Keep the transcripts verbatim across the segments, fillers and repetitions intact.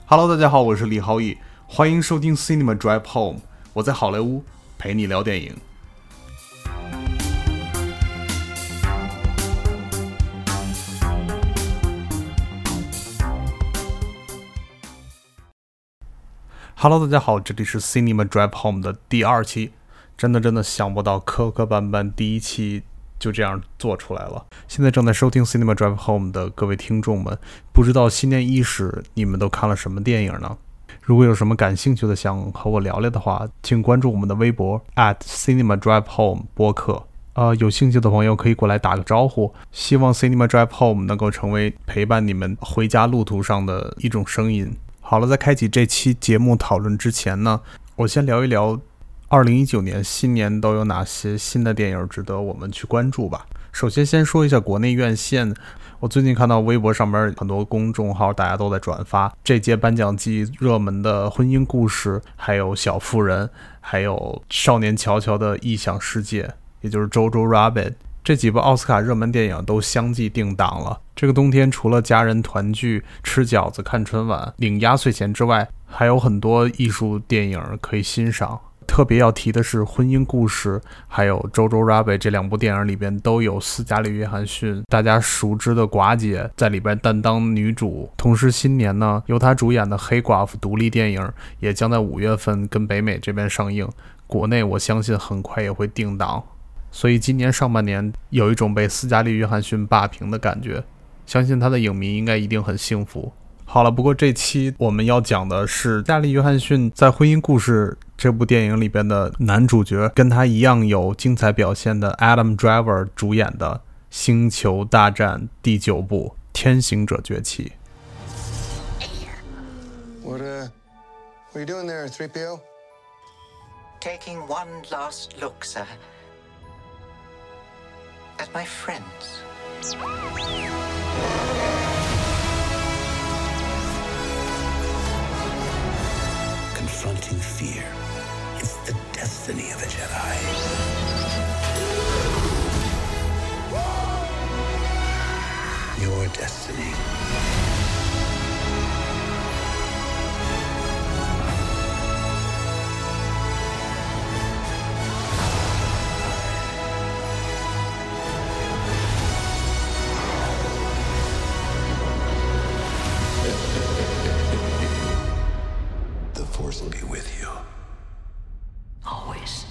Hello， 大家好，我是李浩义，欢迎收听 Cinema Drive Home， 我在好莱坞陪你聊电影。Hello， 大家好，这里是 Cinema Drive Home 的第二期，真的真的想不到磕磕绊绊第一期就这样做出来了。现在正在收听 Cinema Drive Home 的各位听众们，不知道新年伊始你们都看了什么电影呢？如果有什么感兴趣的想和我聊聊的话，请关注我们的微博 at Cinema Drive Home 播客。呃，有兴趣的朋友可以过来打个招呼。希望 Cinema Drive Home 能够成为陪伴你们回家路途上的一种声音。好了，在开启这期节目讨论之前呢，我先聊一聊二零一九年新年都有哪些新的电影值得我们去关注吧。首先先说一下国内院线，我最近看到微博上面很多公众号大家都在转发这届颁奖季热门的婚姻故事，还有小妇人，还有少年乔乔的异想世界，也就是 Jojo Rabbit， 这几部奥斯卡热门电影都相继定档了。这个冬天除了家人团聚吃饺子看春晚领压岁钱之外，还有很多艺术电影可以欣赏。特别要提的是婚姻故事还有 Jojo Rabbit 这两部电影里边都有斯嘉丽约翰逊大家熟知的寡姐在里边担当女主。同时新年呢，由她主演的黑寡妇独立电影也将在五月份跟北美这边上映，国内我相信很快也会定档。所以今年上半年有一种被斯嘉丽约翰逊霸屏的感觉，相信她的影迷应该一定很幸福。好了，不过这期我们要讲的是斯嘉丽约翰逊在婚姻故事这部电影里边的男主角，跟他一样有精彩表现的 Adam Driver 主演的星球大战第九部天行者崛起。 What, uh, what are you doing there, three P O? Taking one last look, sir, at my friends. Confronting fear is the destiny of a Jedi. Your destiny. The Force will be with you. Always.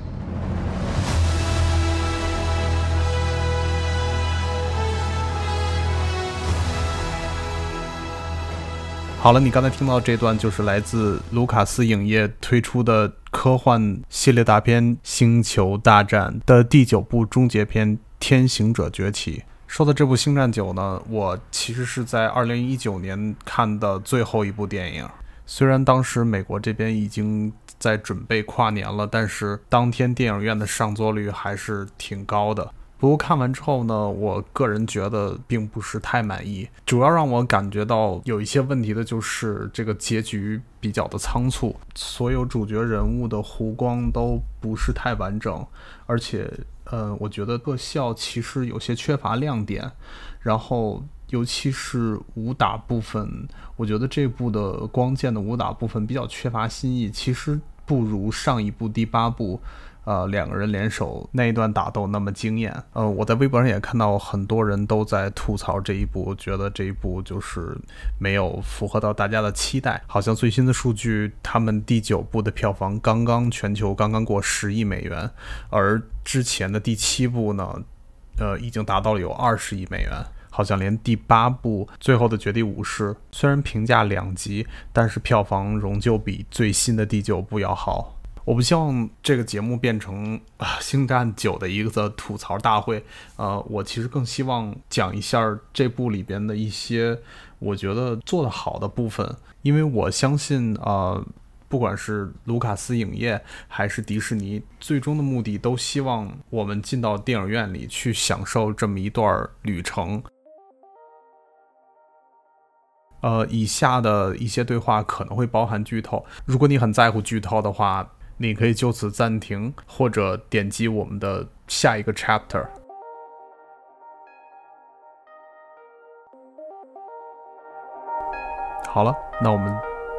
好了，你刚才听到这段就是来自卢卡斯影业推出的科幻系列大片《星球大战》的第九部终结篇《天行者崛起》。说到这部《星战九》呢，我其实是在二零一九年看的最后一部电影。虽然当时美国这边已经在准备跨年了，但是当天电影院的上座率还是挺高的。不过看完之后呢，我个人觉得并不是太满意。主要让我感觉到有一些问题的就是这个结局比较的仓促，所有主角人物的弧光都不是太完整，而且呃，我觉得特效其实有些缺乏亮点，然后尤其是武打部分，我觉得这部的光剑的武打部分比较缺乏新意，其实不如上一部第八部呃，两个人联手那一段打斗那么惊艳。呃，我在微博上也看到很多人都在吐槽这一部，觉得这一部就是没有符合到大家的期待。好像最新的数据，他们第九部的票房刚刚全球刚刚过十亿美元，而之前的第七部呢，呃，已经达到了有二十亿美元。好像连第八部最后的绝地武士虽然评价两极，但是票房仍旧比最新的第九部要好。我不希望这个节目变成啊星战九的一个吐槽大会，呃，我其实更希望讲一下这部里边的一些我觉得做得好的部分，因为我相信呃，不管是卢卡斯影业还是迪士尼，最终的目的都希望我们进到电影院里去享受这么一段旅程。呃，以下的一些对话可能会包含剧透，如果你很在乎剧透的话，你可以就此暂停，或者点击我们的下一个 chapter。 好了，那我们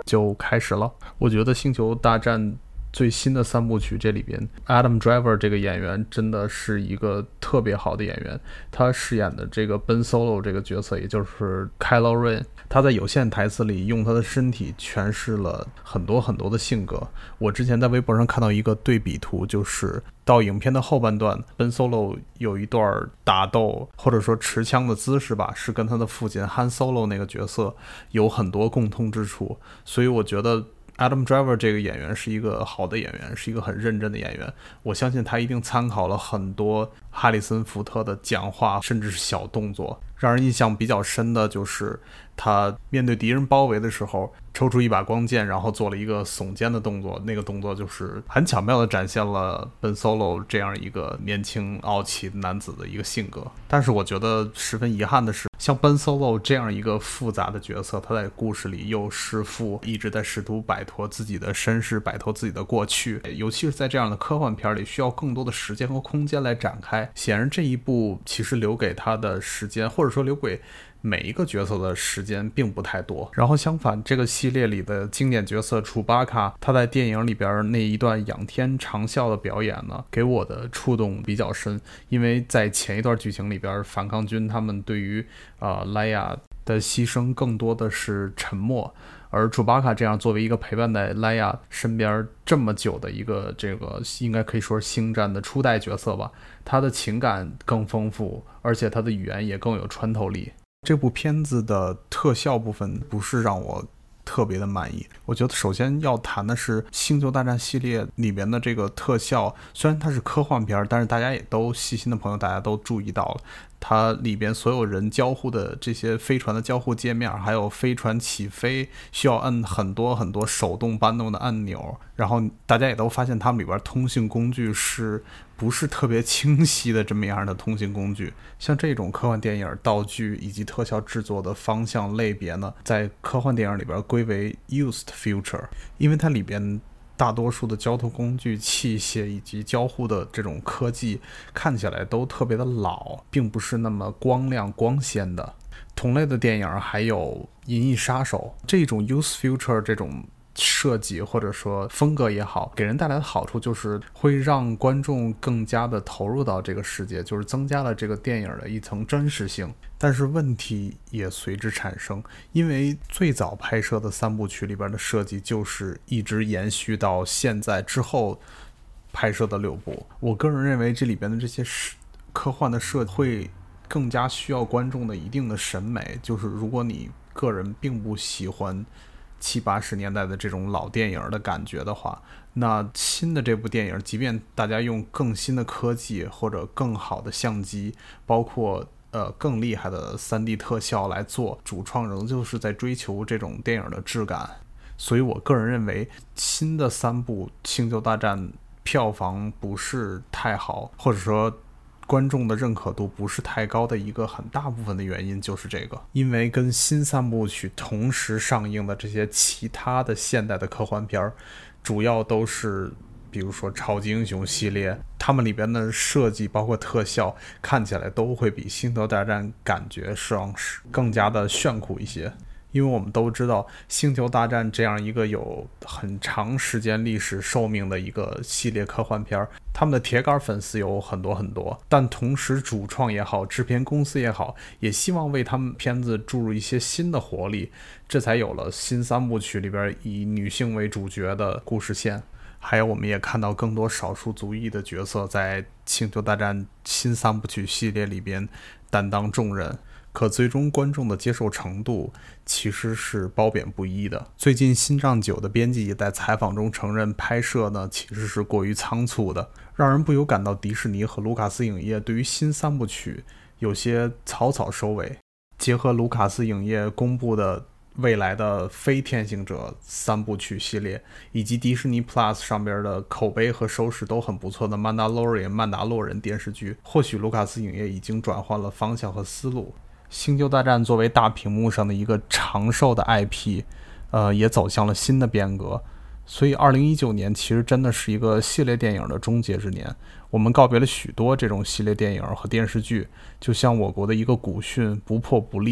就开始了。我觉得星球大战最新的三部曲这里边 Adam Driver 这个演员真的是一个特别好的演员，他饰演的这个 Ben Solo 这个角色，也就是 Kylo Ren， 他在有限台词里用他的身体诠释了很多很多的性格。我之前在微博上看到一个对比图，就是到影片的后半段 Ben Solo 有一段打斗或者说持枪的姿势吧，是跟他的父亲 Han Solo 那个角色有很多共通之处，所以我觉得Adam Driver 这个演员是一个好的演员，是一个很认真的演员。我相信他一定参考了很多哈里森福特的讲话，甚至是小动作。让人印象比较深的就是他面对敌人包围的时候，抽出一把光剑，然后做了一个耸肩的动作。那个动作就是很巧妙地展现了 Ben Solo 这样一个年轻傲气男子的一个性格。但是我觉得十分遗憾的是，像 Ben Solo 这样一个复杂的角色，他在故事里又弑父，一直在试图摆脱自己的身世，摆脱自己的过去，尤其是在这样的科幻片里，需要更多的时间和空间来展开。显然这一部其实留给他的时间，或者说留给每一个角色的时间并不太多。然后相反，这个系列里的经典角色楚巴卡，他在电影里边那一段仰天长啸的表演呢，给我的触动比较深。因为在前一段剧情里边，反抗军他们对于呃莱雅的牺牲更多的是沉默，而楚巴卡这样作为一个陪伴在莱雅身边这么久的一个这个应该可以说是星战的初代角色吧，他的情感更丰富，而且他的语言也更有穿透力。这部片子的特效部分不是让我特别的满意。我觉得首先要谈的是星球大战系列里边的这个特效，虽然它是科幻片，但是大家也都细心的朋友大家都注意到了，它里边所有人交互的这些飞船的交互界面，还有飞船起飞需要按很多很多手动搬动的按钮，然后大家也都发现它们里边通信工具是不是特别清晰的这么样的通信工具。像这种科幻电影道具以及特效制作的方向类别呢，在科幻电影里边归为 used feature， 因为它里边大多数的交通工具器械以及交互的这种科技看起来都特别的老，并不是那么光亮光鲜的。同类的电影还有银翼杀手，这种 use feature 这种设计或者说风格也好，给人带来的好处就是会让观众更加的投入到这个世界，就是增加了这个电影的一层真实性。但是问题也随之产生，因为最早拍摄的三部曲里边的设计就是一直延续到现在之后拍摄的六部。我个人认为这里边的这些科幻的设计会更加需要观众的一定的审美，就是如果你个人并不喜欢七八十年代的这种老电影的感觉的话，那新的这部电影即便大家用更新的科技或者更好的相机，包括呃更厉害的 三 D 特效来做，主创仍旧是在追求这种电影的质感。所以我个人认为新的三部星球大战票房不是太好，或者说观众的认可度不是太高的一个很大部分的原因就是这个，因为跟新三部曲同时上映的这些其他的现代的科幻片主要都是比如说超级英雄系列，他们里边的设计包括特效看起来都会比星球大战感觉上是更加的炫酷一些。因为我们都知道星球大战这样一个有很长时间历史寿命的一个系列科幻片，他们的铁杆粉丝有很多很多，但同时主创也好，制片公司也好，也希望为他们片子注入一些新的活力，这才有了新三部曲里边以女性为主角的故事线。还有我们也看到更多少数族裔的角色在星球大战新三部曲系列里边担当重任，可最终观众的接受程度其实是褒贬不一的。最近新仗九的编辑也在采访中承认，拍摄呢其实是过于仓促的，让人不由感到迪士尼和卢卡斯影业对于新三部曲有些草草收尾。结合卢卡斯影业公布的未来的非天行者三部曲系列，以及迪士尼 Plus 上边的口碑和收视都很不错的曼达洛人曼达洛人电视剧，或许卢卡斯影业已经转换了方向和思路。星球大战作为大屏幕上的一个长寿的 I P， 呃，也走向了新的变革。所以二零一九年其实真的是一个系列电影的终结之年，我们告别了许多这种系列电影和电视剧，就像我国的一个古训不破不立，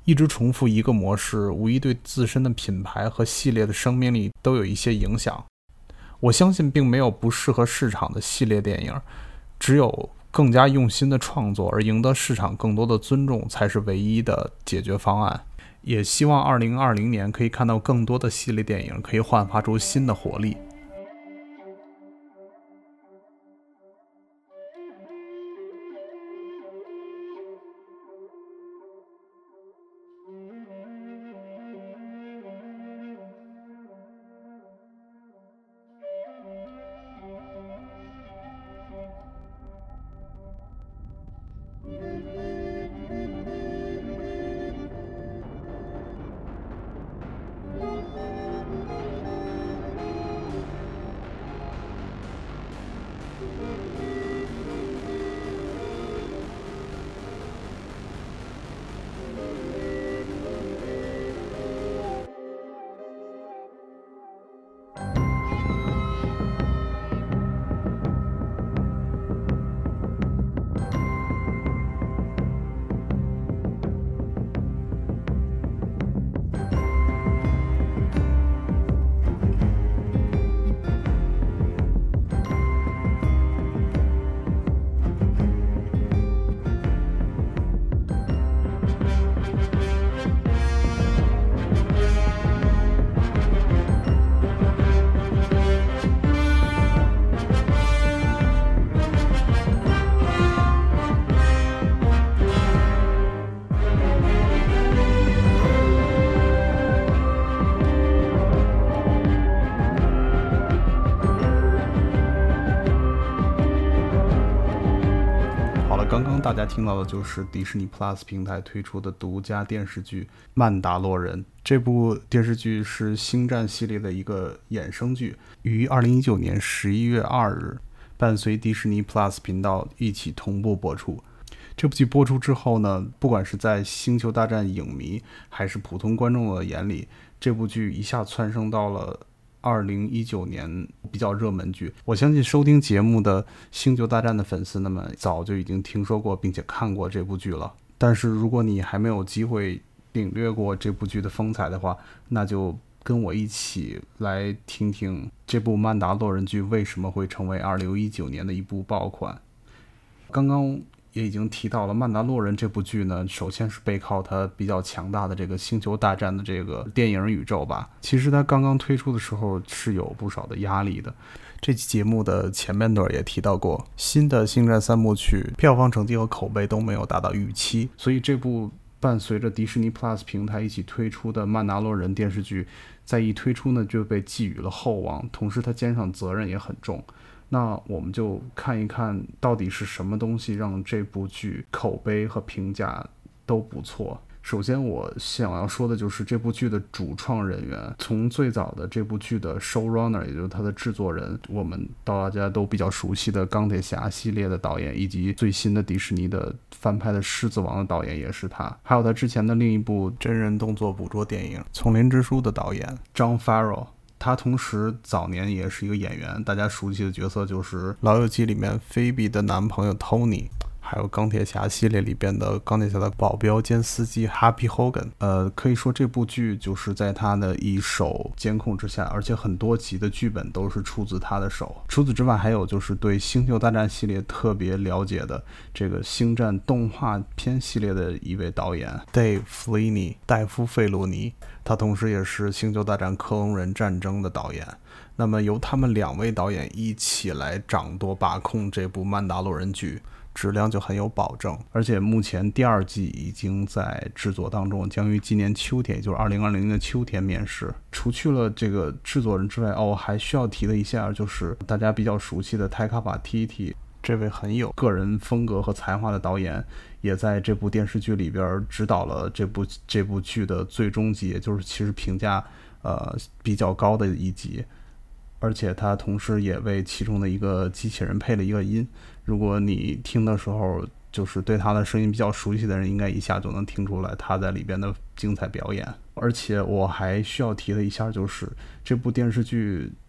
一直重复一个模式，无疑对自身的品牌和系列的生命力都有一些影响。我相信并没有不适合市场的系列电影，只有更加用心的创作而赢得市场更多的尊重才是唯一的解决方案。也希望二零二零年可以看到更多的系列电影可以焕发出新的活力。刚刚大家听到的就是迪士尼 Plus 平台推出的独家电视剧《曼达洛人》。这部电视剧是星战系列的一个衍生剧，于二零一九年十一月二日伴随迪士尼 Plus 频道一起同步播出。这部剧播出之后呢，不管是在星球大战影迷还是普通观众的眼里，这部剧一下窜升到了二零一九年比较热门剧。我相信收听节目的星球大战的粉丝那么早就已经听说过并且看过这部剧了，但是如果你还没有机会领略过这部剧的风采的话，那就跟我一起来听听这部曼达洛人剧为什么会成为二零一九年的一部爆款。刚刚也已经提到了曼达洛人这部剧呢，首先是背靠它比较强大的这个星球大战的这个电影宇宙吧。其实它刚刚推出的时候是有不少的压力的。这期节目的前半段也提到过，新的星战三部曲票房成绩和口碑都没有达到预期，所以这部伴随着迪士尼 Plus 平台一起推出的曼达洛人电视剧在一推出呢就被寄予了厚望，同时它肩上责任也很重。那我们就看一看到底是什么东西让这部剧口碑和评价都不错。首先我想要说的就是这部剧的主创人员，从最早的这部剧的 showrunner 也就是他的制作人，我们大家都比较熟悉的钢铁侠系列的导演，以及最新的迪士尼的翻拍的狮子王的导演也是他，还有他之前的另一部真人动作捕捉电影《丛林之书》的导演 Jon Favreau。他同时早年也是一个演员，大家熟悉的角色就是《老友记》里面菲比的男朋友 Tony， 还有钢铁侠系列里边的钢铁侠的保镖兼司机 Happy Hogan。 呃，可以说这部剧就是在他的一手监控之下，而且很多集的剧本都是出自他的手。除此之外，还有就是对星球大战系列特别了解的这个星战动画片系列的一位导演 Dave Filoni， 戴夫·费鲁尼，他同时也是星球大战克隆人战争的导演。那么由他们两位导演一起来掌舵把控这部曼达洛人剧，质量就很有保证。而且目前第二季已经在制作当中，将于今年秋天，也就是二零二零年的秋天面世。除去了这个制作人之外，哦，还需要提的一下就是大家比较熟悉的泰卡瓦提提，这位很有个人风格和才华的导演，也在这部电视剧里边指导了这部这部剧的最终集，也就是其实评价呃比较高的一集。而且他同时也为其中的一个机器人配了一个音，如果你听的时候就是对他的声音比较熟悉的人，应该一下就能听出来他在里边的精彩表演。而且我还需要提的一下就是这部电视剧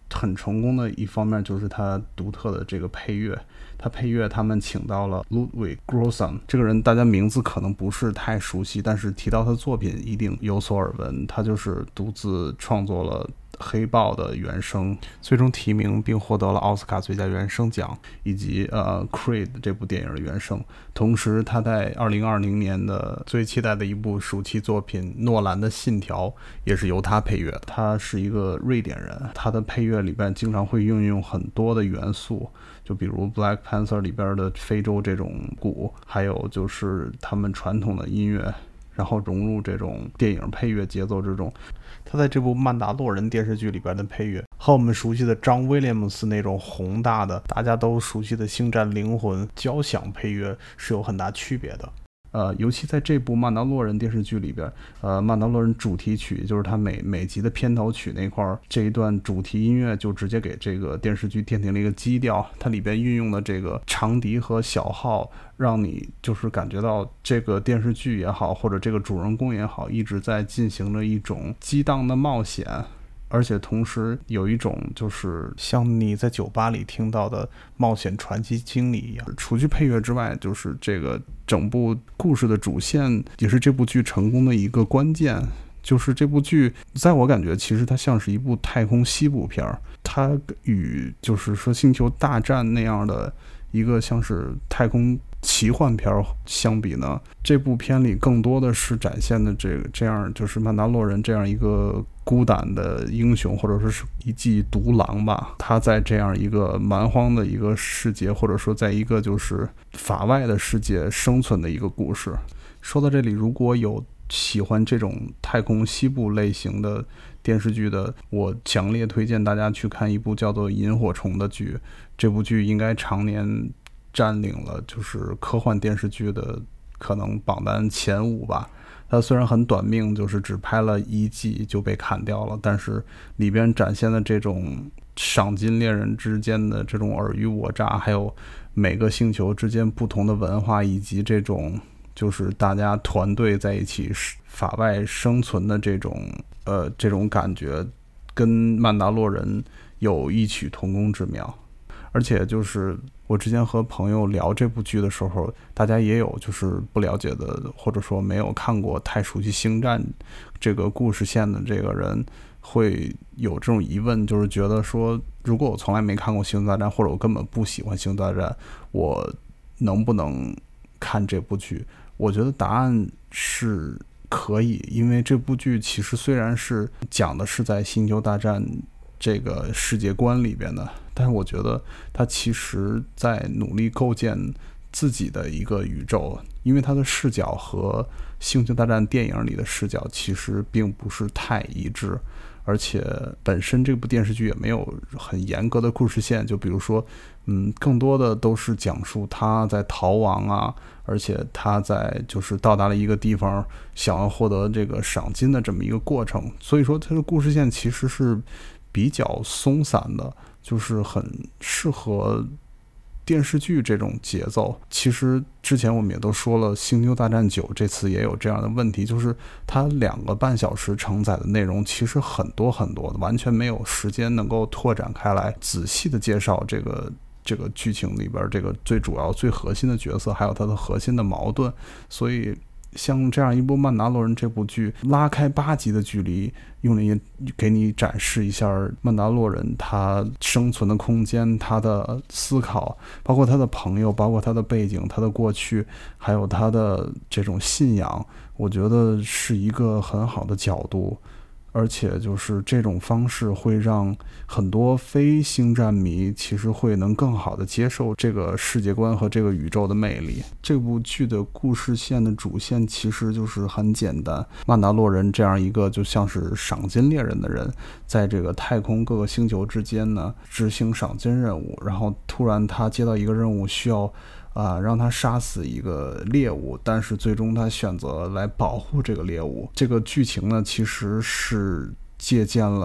很成功的一方面就是它独特的这个配乐。他配乐他们请到了 Ludwig Göransson 这个人，大家名字可能不是太熟悉，但是提到他的作品一定有所耳闻。他就是独自创作了黑豹的原声，最终提名并获得了奥斯卡最佳原声奖，以及呃 Creed 这部电影的原声。同时他在二零二零年的最期待的一部暑期作品诺兰的信条也是由他配乐的。他是一个瑞典人，他的配乐里边经常会运用很多的元素，就比如 Black Panther 里边的非洲这种鼓，还有就是他们传统的音乐，然后融入这种电影配乐节奏之中。他在这部《曼达洛人》电视剧里边的配乐和我们熟悉的张威廉姆斯那种宏大的大家都熟悉的星战灵魂交响配乐是有很大区别的。呃，尤其在这部《曼达洛人》电视剧里边，呃，《曼达洛人》主题曲就是它每每集的片头曲那块儿，这一段主题音乐就直接给这个电视剧奠定了一个基调。它里边运用的这个长笛和小号，让你就是感觉到这个电视剧也好，或者这个主人公也好，一直在进行着一种激荡的冒险。而且同时有一种就是像你在酒吧里听到的冒险传奇经历一样。除去配乐之外，就是这个整部故事的主线也是这部剧成功的一个关键。就是这部剧在我感觉其实它像是一部太空西部片，它与就是说星球大战那样的一个像是太空奇幻片相比呢，这部片里更多的是展现的这个这样就是曼达洛人这样一个孤胆的英雄，或者说是一骑独狼吧。他在这样一个蛮荒的一个世界，或者说在一个就是法外的世界生存的一个故事。说到这里，如果有喜欢这种太空西部类型的电视剧的，我强烈推荐大家去看一部叫做《萤火虫》的剧。这部剧应该常年占领了就是科幻电视剧的可能榜单前五吧。它虽然很短命，就是只拍了一季就被砍掉了，但是里边展现的这种赏金猎人之间的这种尔虞我诈，还有每个星球之间不同的文化，以及这种就是大家团队在一起法外生存的这种呃这种感觉，跟曼达洛人有异曲同工之妙。而且就是我之前和朋友聊这部剧的时候，大家也有就是不了解的，或者说没有看过太熟悉星战这个故事线的这个人会有这种疑问，就是觉得说如果我从来没看过星球大战，或者我根本不喜欢星球大战，我能不能看这部剧？我觉得答案是可以，因为这部剧其实虽然是讲的是在星球大战这个世界观里边的，但是我觉得他其实在努力构建自己的一个宇宙，因为他的视角和星球大战电影里的视角其实并不是太一致，而且本身这部电视剧也没有很严格的故事线，就比如说嗯，更多的都是讲述他在逃亡啊，而且他在就是到达了一个地方想要获得这个赏金的这么一个过程，所以说他的故事线其实是比较松散的，就是很适合电视剧这种节奏。其实之前我们也都说了，星球大战九这次也有这样的问题，就是它两个半小时承载的内容其实很多很多的，完全没有时间能够拓展开来仔细的介绍这个这个剧情里边这个最主要最核心的角色，还有它的核心的矛盾。所以像这样一部《曼达洛人》这部剧，拉开八集的距离，用来给你展示一下曼达洛人他生存的空间，他的思考，包括他的朋友，包括他的背景，他的过去，还有他的这种信仰，我觉得是一个很好的角度。而且就是这种方式会让很多非星战迷其实会能更好的接受这个世界观和这个宇宙的魅力。这部剧的故事线的主线其实就是很简单，曼达洛人这样一个就像是赏金猎人的人，在这个太空各个星球之间呢执行赏金任务，然后突然他接到一个任务需要啊，让他杀死一个猎物，但是最终他选择来保护这个猎物。这个剧情呢，其实是借鉴了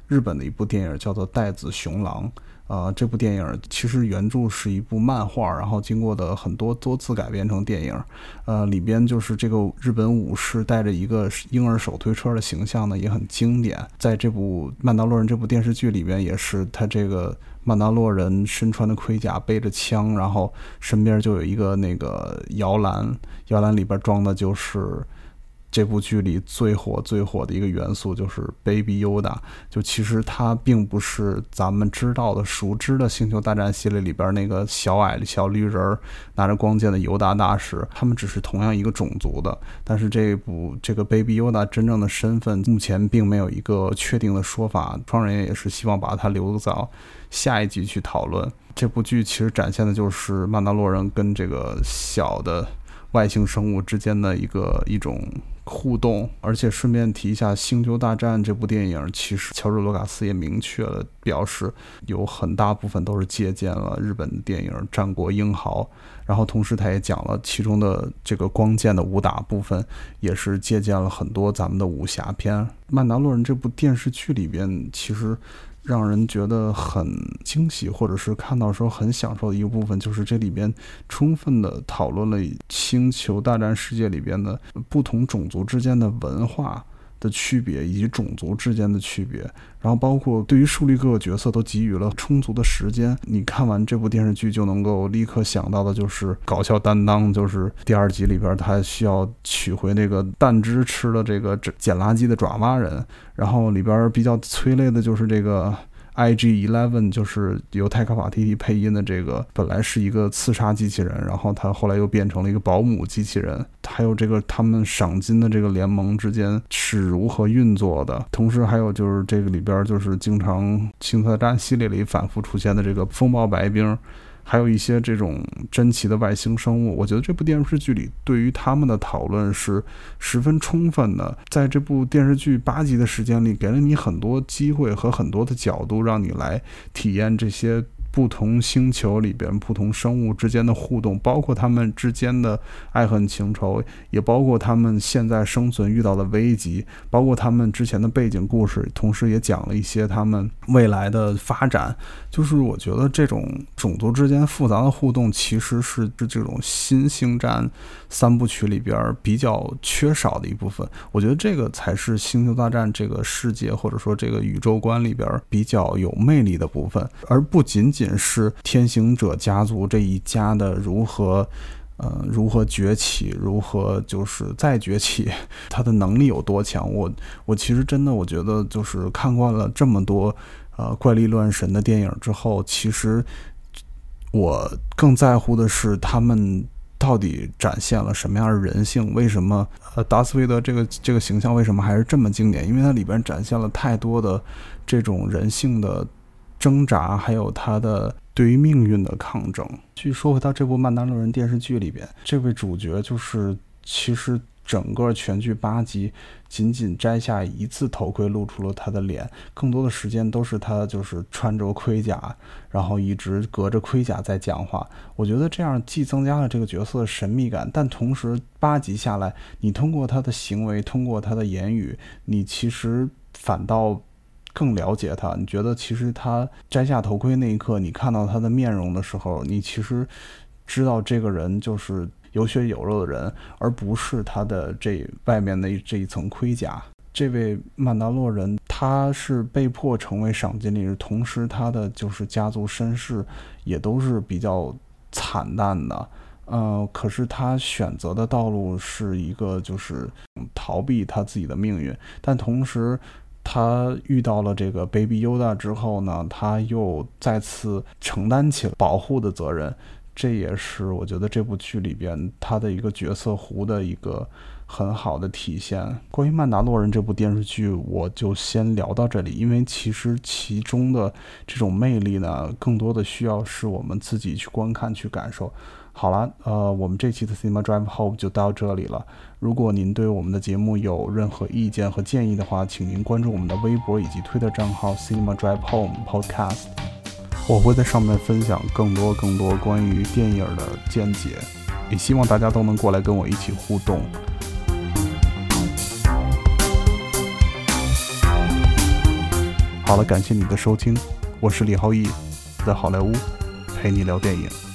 日本的一部电影叫做《带子雄狼》。呃，这部电影其实原著是一部漫画，然后经过的很多多次改编成电影。呃，里边就是这个日本武士带着一个婴儿手推车的形象呢，也很经典。在这部《曼达洛人》这部电视剧里边，也是他这个曼达洛人身穿的盔甲，背着枪，然后身边就有一个那个摇篮，摇篮里边装的就是这部剧里最火最火的一个元素，就是 Baby Yoda。 就其实它并不是咱们知道的熟知的星球大战系列里边那个小矮小绿人拿着光剑的尤达大使，他们只是同样一个种族的。但是这部这个 Baby Yoda 真正的身份目前并没有一个确定的说法，创人也是希望把它留到下一集去讨论。这部剧其实展现的就是曼达洛人跟这个小的外星生物之间的一个一种互动。而且顺便提一下，《星球大战》这部电影其实乔治·卢卡斯也明确了表示，有很大部分都是借鉴了日本的电影《战国英豪》，然后同时他也讲了其中的这个光剑的武打部分也是借鉴了很多咱们的武侠片。《曼达洛人》这部电视剧里边其实让人觉得很惊喜，或者是看到时候很享受的一个部分，就是这里边充分的讨论了星球大战世界里边的不同种族之间的文化的区别以及种族之间的区别，然后包括对于树立各个角色都给予了充足的时间。你看完这部电视剧就能够立刻想到的就是搞笑担当，就是第二集里边他需要取回那个弹汁吃的这个捡垃圾的爪哇人，然后里边比较催泪的就是这个I G 十一 就是由泰卡瓦提提配音的这个本来是一个刺杀机器人，然后他后来又变成了一个保姆机器人。还有这个他们赏金的这个联盟之间是如何运作的，同时还有就是这个里边就是经常星球大战系列里反复出现的这个风暴白兵，还有一些这种珍奇的外星生物。我觉得这部电视剧里对于他们的讨论是十分充分的，在这部电视剧八集的时间里给了你很多机会和很多的角度让你来体验这些不同星球里边不同生物之间的互动，包括他们之间的爱恨情仇，也包括他们现在生存遇到的危机，包括他们之前的背景故事，同时也讲了一些他们未来的发展。就是我觉得这种种族之间复杂的互动其实是这种新星战三部曲里边比较缺少的一部分。我觉得这个才是星球大战这个世界或者说这个宇宙观里边比较有魅力的部分，而不仅仅仅是天行者家族这一家的如何呃，如何崛起，如何就是再崛起，他的能力有多强。我我其实真的我觉得就是看惯了这么多呃怪力乱神的电影之后，其实我更在乎的是他们到底展现了什么样的人性。为什么呃达斯维德这个这个形象为什么还是这么经典？因为它里边展现了太多的这种人性的挣扎，还有他的对于命运的抗争。据说回到这部《曼达洛人》电视剧里边，这位主角就是其实整个全剧八集仅仅摘下一次头盔露出了他的脸，更多的时间都是他就是穿着盔甲，然后一直隔着盔甲在讲话。我觉得这样既增加了这个角色的神秘感，但同时八集下来，你通过他的行为，通过他的言语，你其实反倒更了解他。你觉得其实他摘下头盔那一刻，你看到他的面容的时候，你其实知道这个人就是有血有肉的人，而不是他的这外面的这一层盔甲。这位曼达洛人他是被迫成为赏金猎人，同时他的就是家族身世也都是比较惨淡的。呃，可是他选择的道路是一个就是逃避他自己的命运，但同时他遇到了这个 Baby Yoda 之后呢，他又再次承担起了保护的责任。这也是我觉得这部剧里边他的一个角色弧的一个很好的体现。关于曼达洛人这部电视剧我就先聊到这里，因为其实其中的这种魅力呢，更多的需要是我们自己去观看去感受。好了，呃，我们这期的 Cinema Drive Home 就到这里了。如果您对我们的节目有任何意见和建议的话，请您关注我们的微博以及推特账号 Cinema Drive Home Podcast， 我会在上面分享更多更多关于电影的见解，也希望大家都能过来跟我一起互动。好好了，感谢你的收听，我是李浩毅，在好莱坞陪你聊电影。